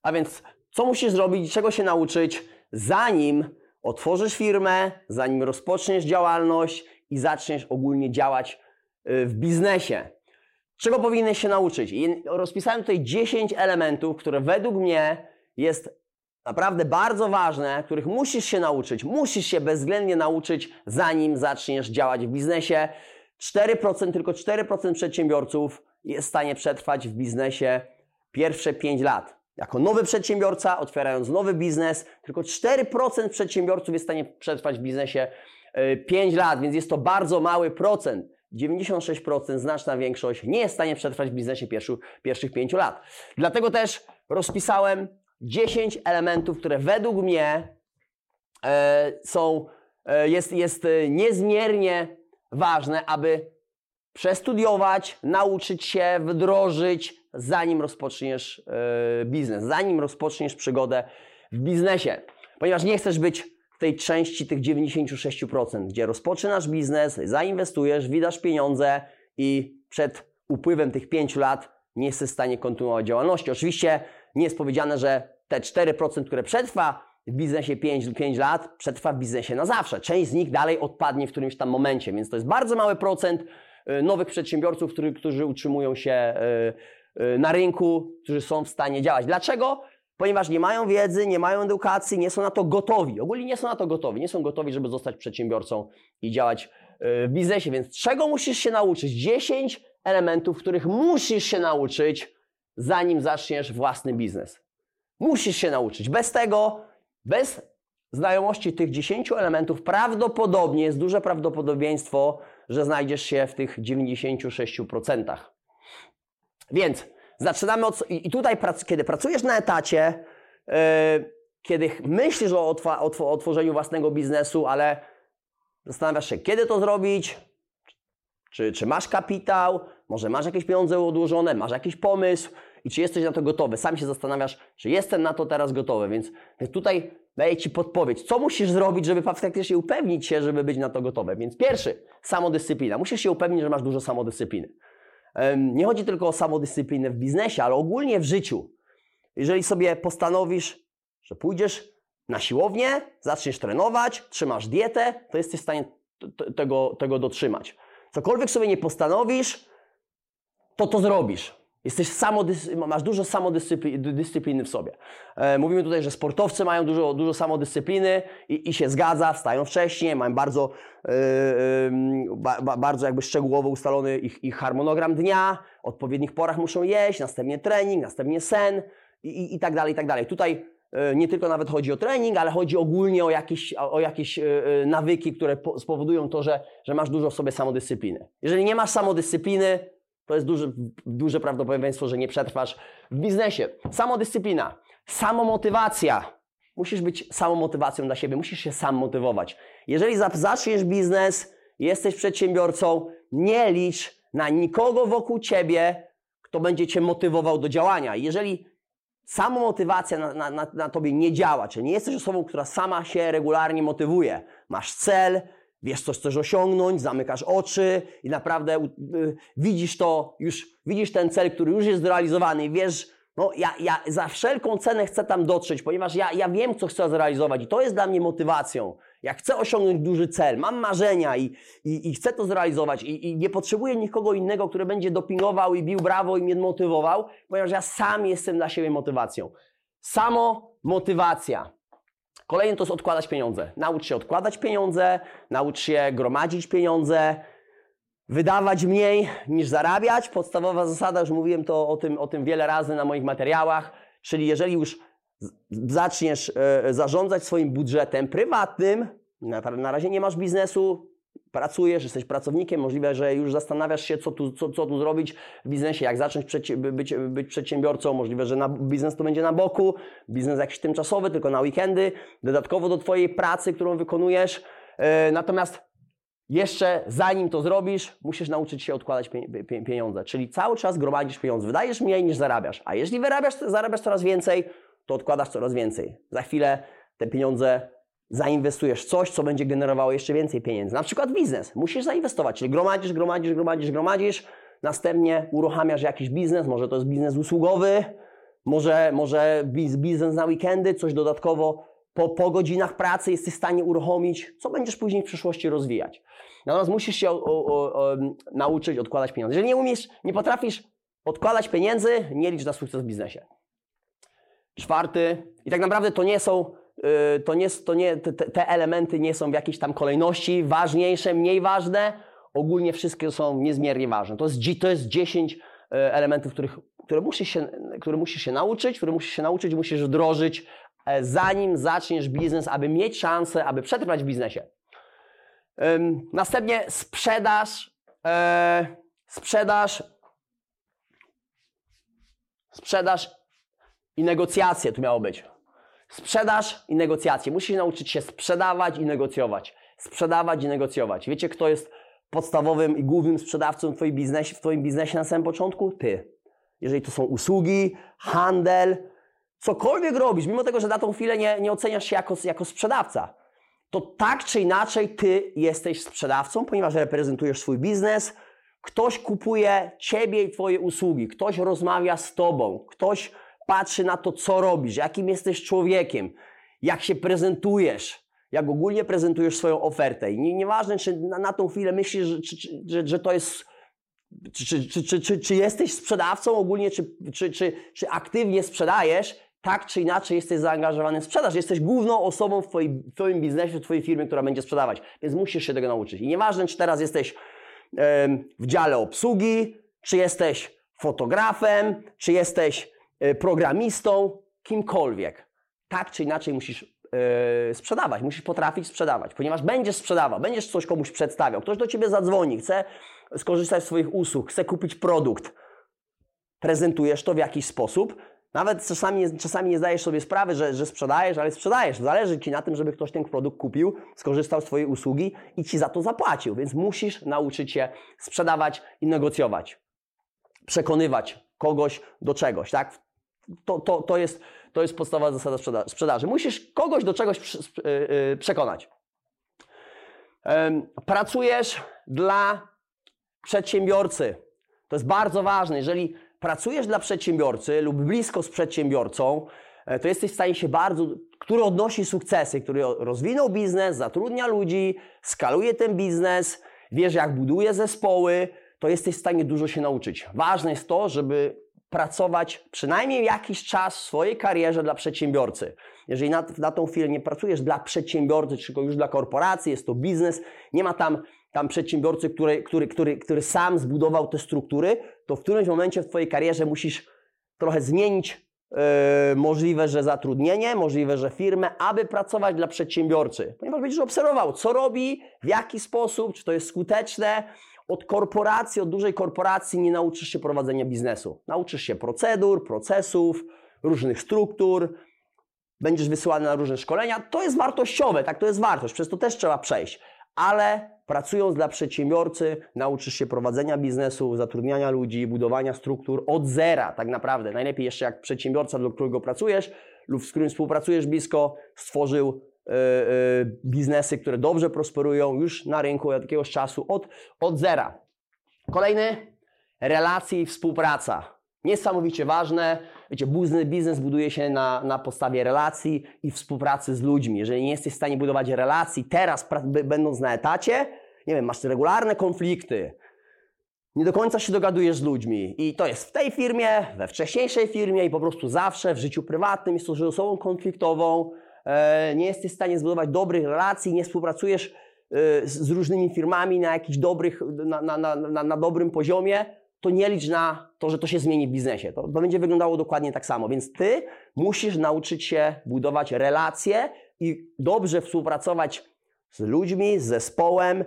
A więc co musisz zrobić, czego się nauczyć, zanim otworzysz firmę, zanim rozpoczniesz działalność i zaczniesz ogólnie działać w biznesie. Czego powinieneś się nauczyć? I rozpisałem tutaj 10 elementów, które według mnie jest naprawdę bardzo ważne, których musisz się nauczyć. Musisz się bezwzględnie nauczyć, zanim zaczniesz działać w biznesie. Tylko 4% przedsiębiorców jest w stanie przetrwać w biznesie pierwsze 5 lat. Jako nowy przedsiębiorca, otwierając nowy biznes, tylko 4% przedsiębiorców jest w stanie przetrwać w biznesie 5 lat, więc jest to bardzo mały procent. 96%, znaczna większość, nie jest w stanie przetrwać w biznesie pierwszych 5 lat. Dlatego też rozpisałem 10 elementów, które według mnie jest niezmiernie ważne, aby przestudiować, nauczyć się, wdrożyć, zanim rozpoczniesz biznes, zanim rozpoczniesz przygodę w biznesie. Ponieważ nie chcesz być w tej części tych 96%, gdzie rozpoczynasz biznes, zainwestujesz, wydasz pieniądze i przed upływem tych 5 lat nie jesteś w stanie kontynuować działalności. Oczywiście nie jest powiedziane, że te 4%, które przetrwa w biznesie 5 lat, przetrwa w biznesie na zawsze. Część z nich dalej odpadnie w którymś tam momencie, więc to jest bardzo mały procent nowych przedsiębiorców, którzy utrzymują się na rynku, którzy są w stanie działać. Dlaczego? Ponieważ nie mają wiedzy, nie mają edukacji, nie są na to gotowi. Ogólnie nie są na to gotowi. Nie są gotowi, żeby zostać przedsiębiorcą i działać w biznesie. Więc czego musisz się nauczyć? 10 elementów, których musisz się nauczyć, zanim zaczniesz własny biznes. Musisz się nauczyć. Bez tego, bez znajomości tych 10 elementów prawdopodobnie jest duże prawdopodobieństwo, że znajdziesz się w tych 96%. Więc zaczynamy od... I tutaj, kiedy pracujesz na etacie, kiedy myślisz o otworzeniu własnego biznesu, ale zastanawiasz się, kiedy to zrobić, czy masz kapitał, może masz jakieś pieniądze odłożone, masz jakiś pomysł i czy jesteś na to gotowy. Sam się zastanawiasz, czy jestem na to teraz gotowy, więc tutaj daję Ci podpowiedź, co musisz zrobić, żeby faktycznie upewnić się, żeby być na to gotowy. Więc pierwszy, samodyscyplina. Musisz się upewnić, że masz dużo samodyscypliny. Nie chodzi tylko o samodyscyplinę w biznesie, ale ogólnie w życiu. Jeżeli sobie postanowisz, że pójdziesz na siłownię, zaczniesz trenować, trzymasz dietę, to jesteś w stanie tego dotrzymać. Cokolwiek sobie nie postanowisz, to zrobisz. Masz dużo samodyscypliny w sobie. Mówimy tutaj, że sportowcy mają dużo samodyscypliny i się zgadza, wstają wcześniej, mają bardzo jakby szczegółowo ustalony ich harmonogram dnia, o odpowiednich porach muszą jeść, następnie trening, następnie sen i tak dalej, i tak dalej. Tutaj nie tylko nawet chodzi o trening, ale chodzi ogólnie o jakieś nawyki, które spowodują to, że masz dużo w sobie samodyscypliny. Jeżeli nie masz samodyscypliny, to jest duże prawdopodobieństwo, że nie przetrwasz w biznesie. Samodyscyplina, samomotywacja. Musisz być samomotywacją dla siebie, musisz się sam motywować. Jeżeli zaczniesz biznes, jesteś przedsiębiorcą, nie licz na nikogo wokół Ciebie, kto będzie Cię motywował do działania. Jeżeli samomotywacja na Tobie nie działa, czyli nie jesteś osobą, która sama się regularnie motywuje, masz cel, wiesz, co chcesz osiągnąć, zamykasz oczy i naprawdę widzisz ten cel, który już jest zrealizowany i wiesz, no ja za wszelką cenę chcę tam dotrzeć, ponieważ ja wiem, co chcę zrealizować i to jest dla mnie motywacją. Ja chcę osiągnąć duży cel, mam marzenia i chcę to zrealizować i nie potrzebuję nikogo innego, który będzie dopingował i bił brawo i mnie motywował, ponieważ ja sam jestem dla siebie motywacją. Samomotywacja. Kolejny to jest odkładać pieniądze. Naucz się odkładać pieniądze, naucz się gromadzić pieniądze, wydawać mniej niż zarabiać. Podstawowa zasada, już mówiłem o tym wiele razy na moich materiałach, czyli jeżeli już zaczniesz zarządzać swoim budżetem prywatnym, na razie nie masz biznesu, pracujesz, jesteś pracownikiem, możliwe, że już zastanawiasz się, co tu zrobić w biznesie, jak zacząć być przedsiębiorcą, możliwe, że biznes to będzie na boku, biznes jakiś tymczasowy, tylko na weekendy, dodatkowo do Twojej pracy, którą wykonujesz. Natomiast jeszcze zanim to zrobisz, musisz nauczyć się odkładać pieniądze, czyli cały czas gromadzisz pieniądze, wydajesz mniej niż zarabiasz, a jeśli zarabiasz coraz więcej, to odkładasz coraz więcej. Za chwilę te pieniądze zainwestujesz w coś, co będzie generowało jeszcze więcej pieniędzy. Na przykład biznes. Musisz zainwestować, czyli gromadzisz, następnie uruchamiasz jakiś biznes, może to jest biznes usługowy, może biznes na weekendy, coś dodatkowo po godzinach pracy jesteś w stanie uruchomić, co będziesz później w przyszłości rozwijać. Natomiast musisz się nauczyć odkładać pieniądze. Jeżeli nie potrafisz odkładać pieniędzy, nie licz na sukces w biznesie. 4. I tak naprawdę te elementy nie są w jakiejś tam kolejności, ważniejsze, mniej ważne. Ogólnie wszystkie są niezmiernie ważne. To jest 10 elementów, które musisz się nauczyć, musisz wdrożyć, zanim zaczniesz biznes, aby mieć szansę, aby przetrwać w biznesie. Następnie sprzedaż i negocjacje tu miało być. Sprzedaż i negocjacje. Musisz nauczyć się sprzedawać i negocjować. Sprzedawać i negocjować. Wiecie, kto jest podstawowym i głównym sprzedawcą w Twoim biznesie na samym początku? Ty. Jeżeli to są usługi, handel, cokolwiek robisz, mimo tego, że na tą chwilę nie oceniasz się jako sprzedawca, to tak czy inaczej Ty jesteś sprzedawcą, ponieważ reprezentujesz swój biznes, ktoś kupuje Ciebie i Twoje usługi, ktoś rozmawia z Tobą, ktoś patrzy na to, co robisz, jakim jesteś człowiekiem, jak się prezentujesz, jak ogólnie prezentujesz swoją ofertę. I nieważne, czy na tą chwilę myślisz, że to jest... Czy jesteś sprzedawcą ogólnie, czy aktywnie sprzedajesz, tak czy inaczej jesteś zaangażowany w sprzedaż. Jesteś główną osobą w Twoim biznesie, w Twojej firmie, która będzie sprzedawać. Więc musisz się tego nauczyć. I nieważne, czy teraz jesteś w dziale obsługi, czy jesteś fotografem, czy jesteś programistą, kimkolwiek. Tak czy inaczej musisz sprzedawać, musisz potrafić sprzedawać, ponieważ będziesz sprzedawał, będziesz coś komuś przedstawiał, ktoś do Ciebie zadzwoni, chce skorzystać z Twoich usług, chce kupić produkt, prezentujesz to w jakiś sposób, nawet czasami nie zdajesz sobie sprawy, że sprzedajesz, ale sprzedajesz, zależy Ci na tym, żeby ktoś ten produkt kupił, skorzystał z Twojej usługi i Ci za to zapłacił, więc musisz nauczyć się sprzedawać i negocjować, przekonywać kogoś do czegoś, tak? To jest podstawowa zasada sprzedaży. Musisz kogoś do czegoś przekonać. Pracujesz dla przedsiębiorcy. To jest bardzo ważne. Jeżeli pracujesz dla przedsiębiorcy lub blisko z przedsiębiorcą, to jesteś w stanie który odnosi sukcesy, który rozwinął biznes, zatrudnia ludzi, skaluje ten biznes, wiesz jak buduje zespoły, to jesteś w stanie dużo się nauczyć. Ważne jest to, żeby pracować przynajmniej jakiś czas w swojej karierze dla przedsiębiorcy. Jeżeli na tą chwilę nie pracujesz dla przedsiębiorcy, tylko już dla korporacji, jest to biznes, nie ma tam przedsiębiorcy, który sam zbudował te struktury, to w którymś momencie w Twojej karierze musisz trochę zmienić możliwe, że zatrudnienie, możliwe, że firmę, aby pracować dla przedsiębiorcy. Ponieważ będziesz obserwował, co robi, w jaki sposób, czy to jest skuteczne. Od dużej korporacji nie nauczysz się prowadzenia biznesu. Nauczysz się procedur, procesów, różnych struktur, będziesz wysyłany na różne szkolenia. To jest wartościowe, tak, to jest wartość, przez to też trzeba przejść. Ale pracując dla przedsiębiorcy, nauczysz się prowadzenia biznesu, zatrudniania ludzi, budowania struktur od zera tak naprawdę. Najlepiej jeszcze jak przedsiębiorca, dla którego pracujesz lub z którym współpracujesz blisko, stworzył biznesy, które dobrze prosperują już na rynku od jakiegoś czasu, od zera. Kolejny, relacje i współpraca. Niesamowicie ważne. Wiecie, biznes buduje się na podstawie relacji i współpracy z ludźmi. Jeżeli nie jesteś w stanie budować relacji teraz, będąc na etacie, nie wiem, masz regularne konflikty, nie do końca się dogadujesz z ludźmi i to jest w tej firmie, we wcześniejszej firmie i po prostu zawsze w życiu prywatnym jest to osobą konfliktową, nie jesteś w stanie zbudować dobrych relacji, nie współpracujesz z różnymi firmami na jakichś na dobrym poziomie, to nie licz na to, że to się zmieni w biznesie. To będzie wyglądało dokładnie tak samo. Więc Ty musisz nauczyć się budować relacje i dobrze współpracować z ludźmi, z zespołem,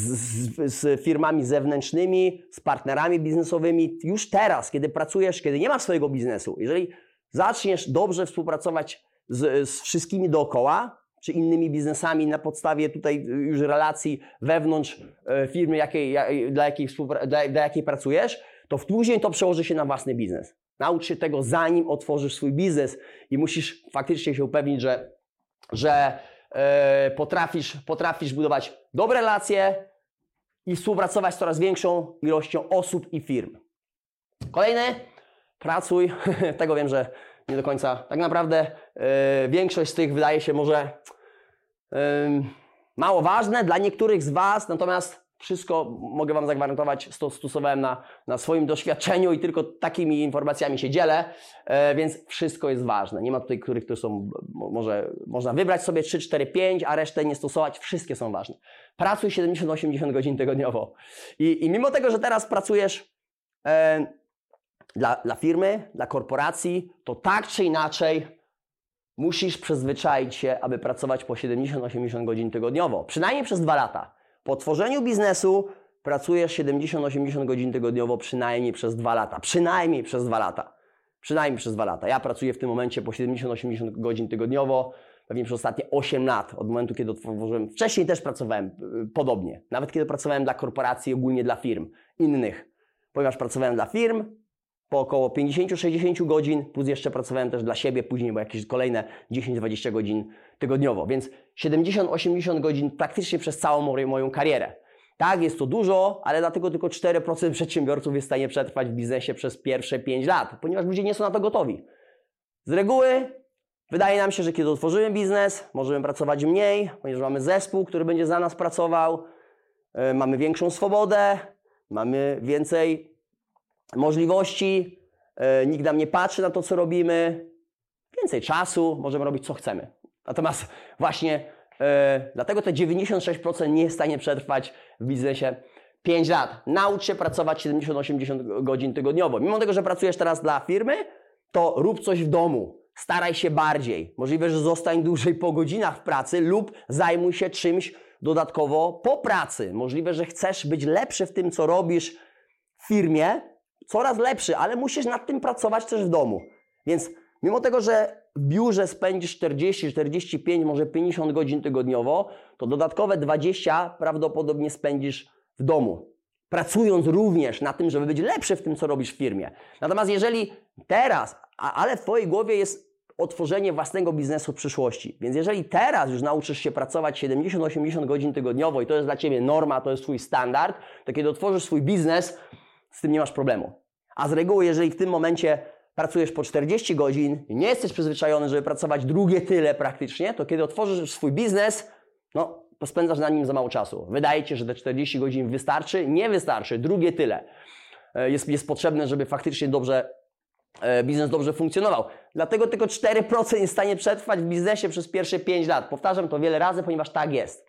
z firmami zewnętrznymi, z partnerami biznesowymi. Już teraz, kiedy pracujesz, kiedy nie masz swojego biznesu, jeżeli zaczniesz dobrze współpracować z wszystkimi dookoła, czy innymi biznesami na podstawie tutaj już relacji wewnątrz firmy, dla jakiej pracujesz, to później to przełoży się na własny biznes. Naucz się tego, zanim otworzysz swój biznes i musisz faktycznie się upewnić, że potrafisz budować dobre relacje i współpracować z coraz większą ilością osób i firm. Kolejny, pracuj, tego wiem, że nie do końca. Tak naprawdę większość z tych wydaje się może mało ważne dla niektórych z Was, natomiast wszystko, mogę Wam zagwarantować, stosowałem na swoim doświadczeniu i tylko takimi informacjami się dzielę, więc wszystko jest ważne. Nie ma tutaj, których to są, można wybrać sobie 3, 4, 5, a resztę nie stosować. Wszystkie są ważne. Pracuj 70-80 godzin tygodniowo. I mimo tego, że teraz pracujesz dla firmy, dla korporacji, to tak czy inaczej musisz przyzwyczaić się, aby pracować po 70-80 godzin tygodniowo. Przynajmniej przez 2 lata. Po tworzeniu biznesu pracujesz 70-80 godzin tygodniowo przynajmniej przez 2 lata. Przynajmniej przez 2 lata. Przynajmniej przez 2 lata. Ja pracuję w tym momencie po 70-80 godzin tygodniowo, pewnie przez ostatnie 8 lat, od momentu, kiedy otworzyłem. Wcześniej też pracowałem podobnie. Nawet kiedy pracowałem dla korporacji, ogólnie dla firm innych. Ponieważ pracowałem dla firm, po około 50-60 godzin, plus jeszcze pracowałem też dla siebie później, bo jakieś kolejne 10-20 godzin tygodniowo. Więc 70-80 godzin praktycznie przez całą moją karierę. Tak, jest to dużo, ale dlatego tylko 4% przedsiębiorców jest w stanie przetrwać w biznesie przez pierwsze 5 lat, ponieważ ludzie nie są na to gotowi. Z reguły wydaje nam się, że kiedy otworzymy biznes, możemy pracować mniej, ponieważ mamy zespół, który będzie za nas pracował, mamy większą swobodę, mamy więcej możliwości, nikt nam nie patrzy na to, co robimy, więcej czasu, możemy robić, co chcemy. Natomiast właśnie dlatego te 96% nie jest w stanie przetrwać w biznesie 5 lat. Naucz się pracować 70-80 godzin tygodniowo. Mimo tego, że pracujesz teraz dla firmy, to rób coś w domu. Staraj się bardziej. Możliwe, że zostań dłużej po godzinach w pracy lub zajmuj się czymś dodatkowo po pracy. Możliwe, że chcesz być lepszy w tym, co robisz w firmie, coraz lepszy, ale musisz nad tym pracować też w domu. Więc mimo tego, że w biurze spędzisz 40, 45, może 50 godzin tygodniowo, to dodatkowe 20 prawdopodobnie spędzisz w domu. Pracując również na tym, żeby być lepszy w tym, co robisz w firmie. Natomiast jeżeli teraz, ale w Twojej głowie jest otworzenie własnego biznesu w przyszłości, więc jeżeli teraz już nauczysz się pracować 70-80 godzin tygodniowo i to jest dla Ciebie norma, to jest Twój standard, to kiedy otworzysz swój biznes, z tym nie masz problemu. A z reguły, jeżeli w tym momencie pracujesz po 40 godzin i nie jesteś przyzwyczajony, żeby pracować drugie tyle praktycznie, to kiedy otworzysz swój biznes, to spędzasz na nim za mało czasu. Wydaje Ci się, że te 40 godzin wystarczy? Nie wystarczy. Drugie tyle jest potrzebne, żeby faktycznie biznes dobrze funkcjonował. Dlatego tylko 4% jest w stanie przetrwać w biznesie przez pierwsze 5 lat. Powtarzam to wiele razy, ponieważ tak jest.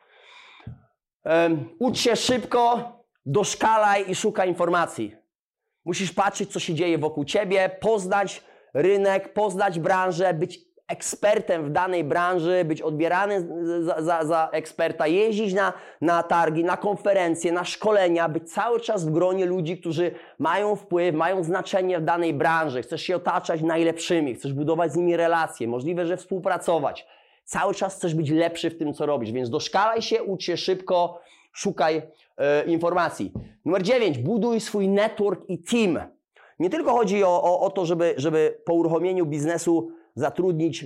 Ucz się szybko, doszkalaj i szukaj informacji. Musisz patrzeć, co się dzieje wokół Ciebie, poznać rynek, poznać branżę, być ekspertem w danej branży, być odbierany za eksperta, jeździć na targi, na konferencje, na szkolenia, być cały czas w gronie ludzi, którzy mają wpływ, mają znaczenie w danej branży. Chcesz się otaczać najlepszymi, chcesz budować z nimi relacje, możliwe, że współpracować. Cały czas chcesz być lepszy w tym, co robisz, więc doszkalaj się, ucz się szybko, szukaj informacji. Numer 9. Buduj swój network i team. Nie tylko chodzi o to, żeby po uruchomieniu biznesu zatrudnić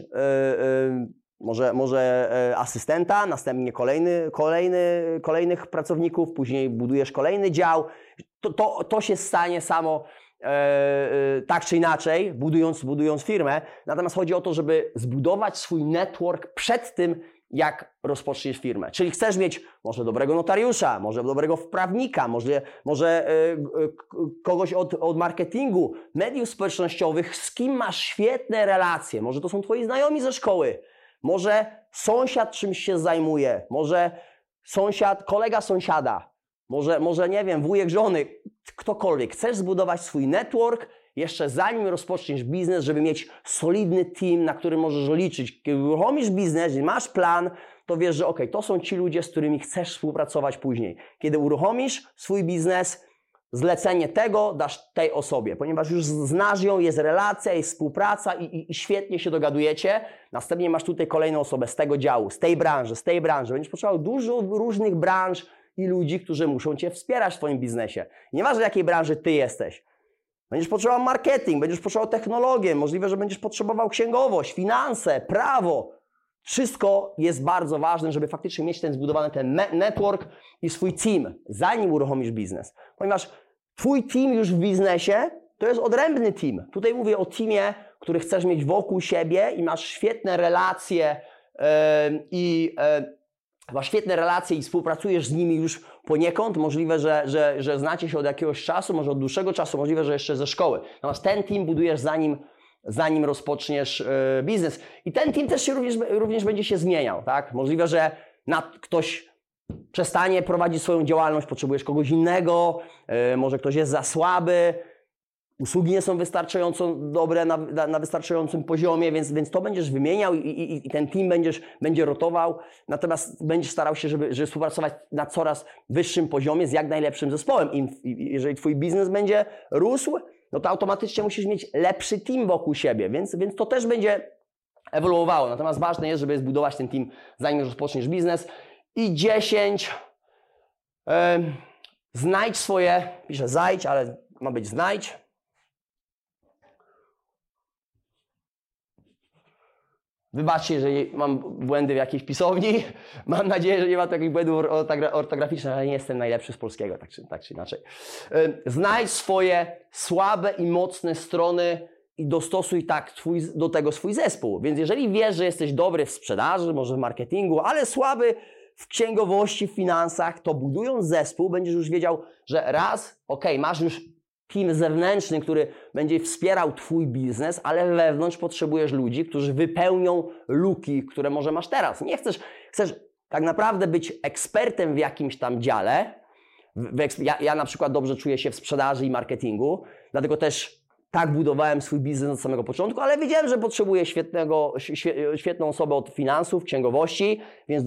może asystenta, następnie kolejnych pracowników, później budujesz kolejny dział. To się stanie samo tak czy inaczej, budując firmę. Natomiast chodzi o to, żeby zbudować swój network przed tym, jak rozpoczniesz firmę. Czyli chcesz mieć może dobrego notariusza, może dobrego prawnika, może kogoś od marketingu, mediów społecznościowych, z kim masz świetne relacje. Może to są Twoi znajomi ze szkoły, może sąsiad czymś się zajmuje, może kolega sąsiada, może nie wiem, wujek żony, ktokolwiek. Chcesz zbudować swój network jeszcze zanim rozpoczniesz biznes, żeby mieć solidny team, na który możesz liczyć. Kiedy uruchomisz biznes i masz plan, to wiesz, że to są ci ludzie, z którymi chcesz współpracować później. Kiedy uruchomisz swój biznes, zlecenie tego dasz tej osobie, ponieważ już znasz ją, jest relacja, jest współpraca i świetnie się dogadujecie. Następnie masz tutaj kolejną osobę z tego działu, z tej branży. Będziesz potrzebował dużo różnych branż i ludzi, którzy muszą Cię wspierać w Twoim biznesie. Nieważne, w jakiej branży Ty jesteś. Będziesz potrzebował marketing, będziesz potrzebował technologię, możliwe, że będziesz potrzebował księgowość, finanse, prawo. Wszystko jest bardzo ważne, żeby faktycznie mieć zbudowany ten network i swój team, zanim uruchomisz biznes. Ponieważ Twój team już w biznesie to jest odrębny team. Tutaj mówię o teamie, których chcesz mieć wokół siebie i masz świetne relacje masz świetne relacje i współpracujesz z nimi już poniekąd. Możliwe, że znacie się od jakiegoś czasu, może od dłuższego czasu, możliwe, że jeszcze ze szkoły. Natomiast ten team budujesz zanim rozpoczniesz biznes. I ten team też się również będzie się zmieniał. Tak? Możliwe, że ktoś przestanie prowadzić swoją działalność, potrzebujesz kogoś innego, może ktoś jest za słaby, usługi nie są wystarczająco dobre na wystarczającym poziomie, więc to będziesz wymieniał i ten team będzie rotował, natomiast będziesz starał się, żeby współpracować na coraz wyższym poziomie z jak najlepszym zespołem. Jeżeli twój biznes będzie rósł, no to automatycznie musisz mieć lepszy team wokół siebie, więc to też będzie ewoluowało. Natomiast ważne jest, żeby zbudować ten team, zanim rozpoczniesz biznes. I 10. Znajdź swoje, piszę zajdź, ale ma być znajdź. Wybaczcie, jeżeli mam błędy w jakiejś pisowni. Mam nadzieję, że nie ma takich błędów ortograficznych, ale nie jestem najlepszy z polskiego, tak czy inaczej. Znajdź swoje słabe i mocne strony i dostosuj do tego swój zespół. Więc jeżeli wiesz, że jesteś dobry w sprzedaży, może w marketingu, ale słaby w księgowości, w finansach, to budując zespół będziesz już wiedział, że masz już team zewnętrzny, który będzie wspierał twój biznes, ale wewnątrz potrzebujesz ludzi, którzy wypełnią luki, które może masz teraz. Nie chcesz tak naprawdę być ekspertem w jakimś tam dziale. Ja na przykład dobrze czuję się w sprzedaży i marketingu, dlatego też tak budowałem swój biznes od samego początku, ale wiedziałem, że potrzebuję świetną osobę od finansów, księgowości, więc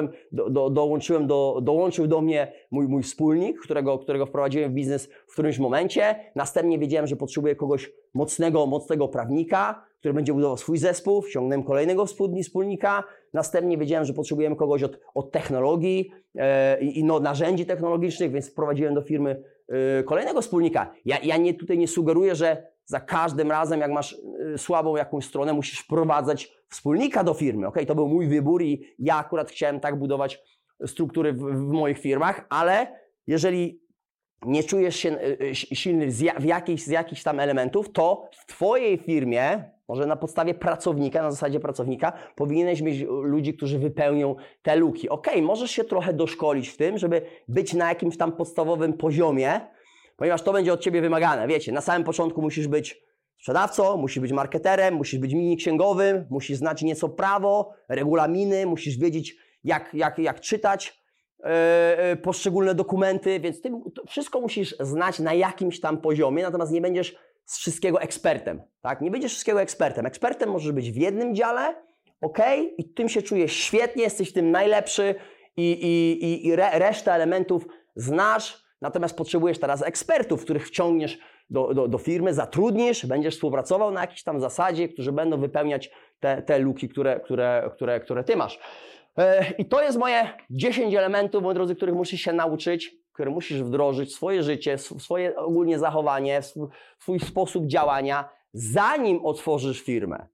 dołączył do mnie mój wspólnik, którego wprowadziłem w biznes w którymś momencie. Następnie wiedziałem, że potrzebuję kogoś mocnego prawnika, który będzie budował swój zespół. Wciągnąłem kolejnego wspólnika. Następnie wiedziałem, że potrzebujemy kogoś od technologii i narzędzi technologicznych, więc wprowadziłem do firmy kolejnego wspólnika. Ja tutaj nie sugeruję, że za każdym razem, jak masz słabą jakąś stronę, musisz wprowadzać wspólnika do firmy. Okay? To był mój wybór i ja akurat chciałem tak budować struktury w moich firmach, ale jeżeli nie czujesz się silny z jakichś tam elementów, to w twojej firmie, może na podstawie pracownika, na zasadzie pracownika, powinieneś mieć ludzi, którzy wypełnią te luki. Możesz się trochę doszkolić w tym, żeby być na jakimś tam podstawowym poziomie, ponieważ to będzie od ciebie wymagane. Wiecie, na samym początku musisz być sprzedawcą, musisz być marketerem, musisz być mini księgowym, musisz znać nieco prawo, regulaminy, musisz wiedzieć jak czytać poszczególne dokumenty, więc ty wszystko musisz znać na jakimś tam poziomie, natomiast nie będziesz z wszystkiego ekspertem, tak? Nie będziesz wszystkiego ekspertem. Ekspertem możesz być w jednym dziale, i tym się czujesz świetnie, jesteś w tym najlepszy i resztę elementów znasz, natomiast potrzebujesz teraz ekspertów, których wciągniesz do firmy, zatrudnisz, będziesz współpracował na jakiejś tam zasadzie, którzy będą wypełniać te luki, które ty masz. I to jest moje 10 elementów, moi drodzy, których musisz się nauczyć, które musisz wdrożyć w swoje życie, w swoje ogólnie zachowanie, w swój sposób działania, zanim otworzysz firmę.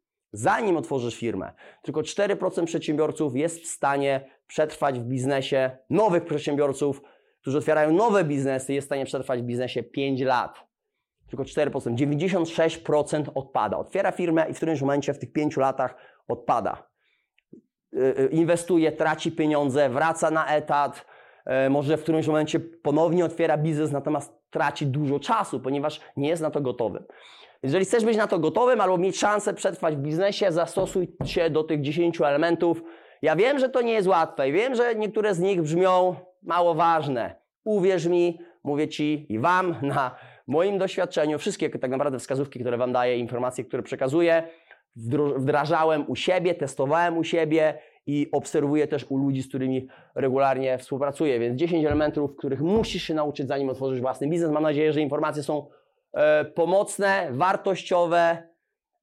Tylko 4% przedsiębiorców jest w stanie przetrwać w biznesie, nowych przedsiębiorców, którzy otwierają nowe biznesy, jest w stanie przetrwać w biznesie 5 lat. Tylko 4%. 96% odpada. Otwiera firmę i w którymś momencie w tych 5 latach odpada. Inwestuje, traci pieniądze, wraca na etat, może w którymś momencie ponownie otwiera biznes, natomiast traci dużo czasu, ponieważ nie jest na to gotowy. Jeżeli chcesz być na to gotowym albo mieć szansę przetrwać w biznesie, zastosuj się do tych 10 elementów. Ja wiem, że to nie jest łatwe i wiem, że niektóre z nich brzmią mało ważne. Uwierz mi, mówię Ci i Wam na moim doświadczeniu, wszystkie tak naprawdę wskazówki, które Wam daję, informacje, które przekazuję, wdrażałem u siebie, testowałem u siebie i obserwuję też u ludzi, z którymi regularnie współpracuję. Więc 10 elementów, których musisz się nauczyć, zanim otworzysz własny biznes. Mam nadzieję, że informacje są pomocne, wartościowe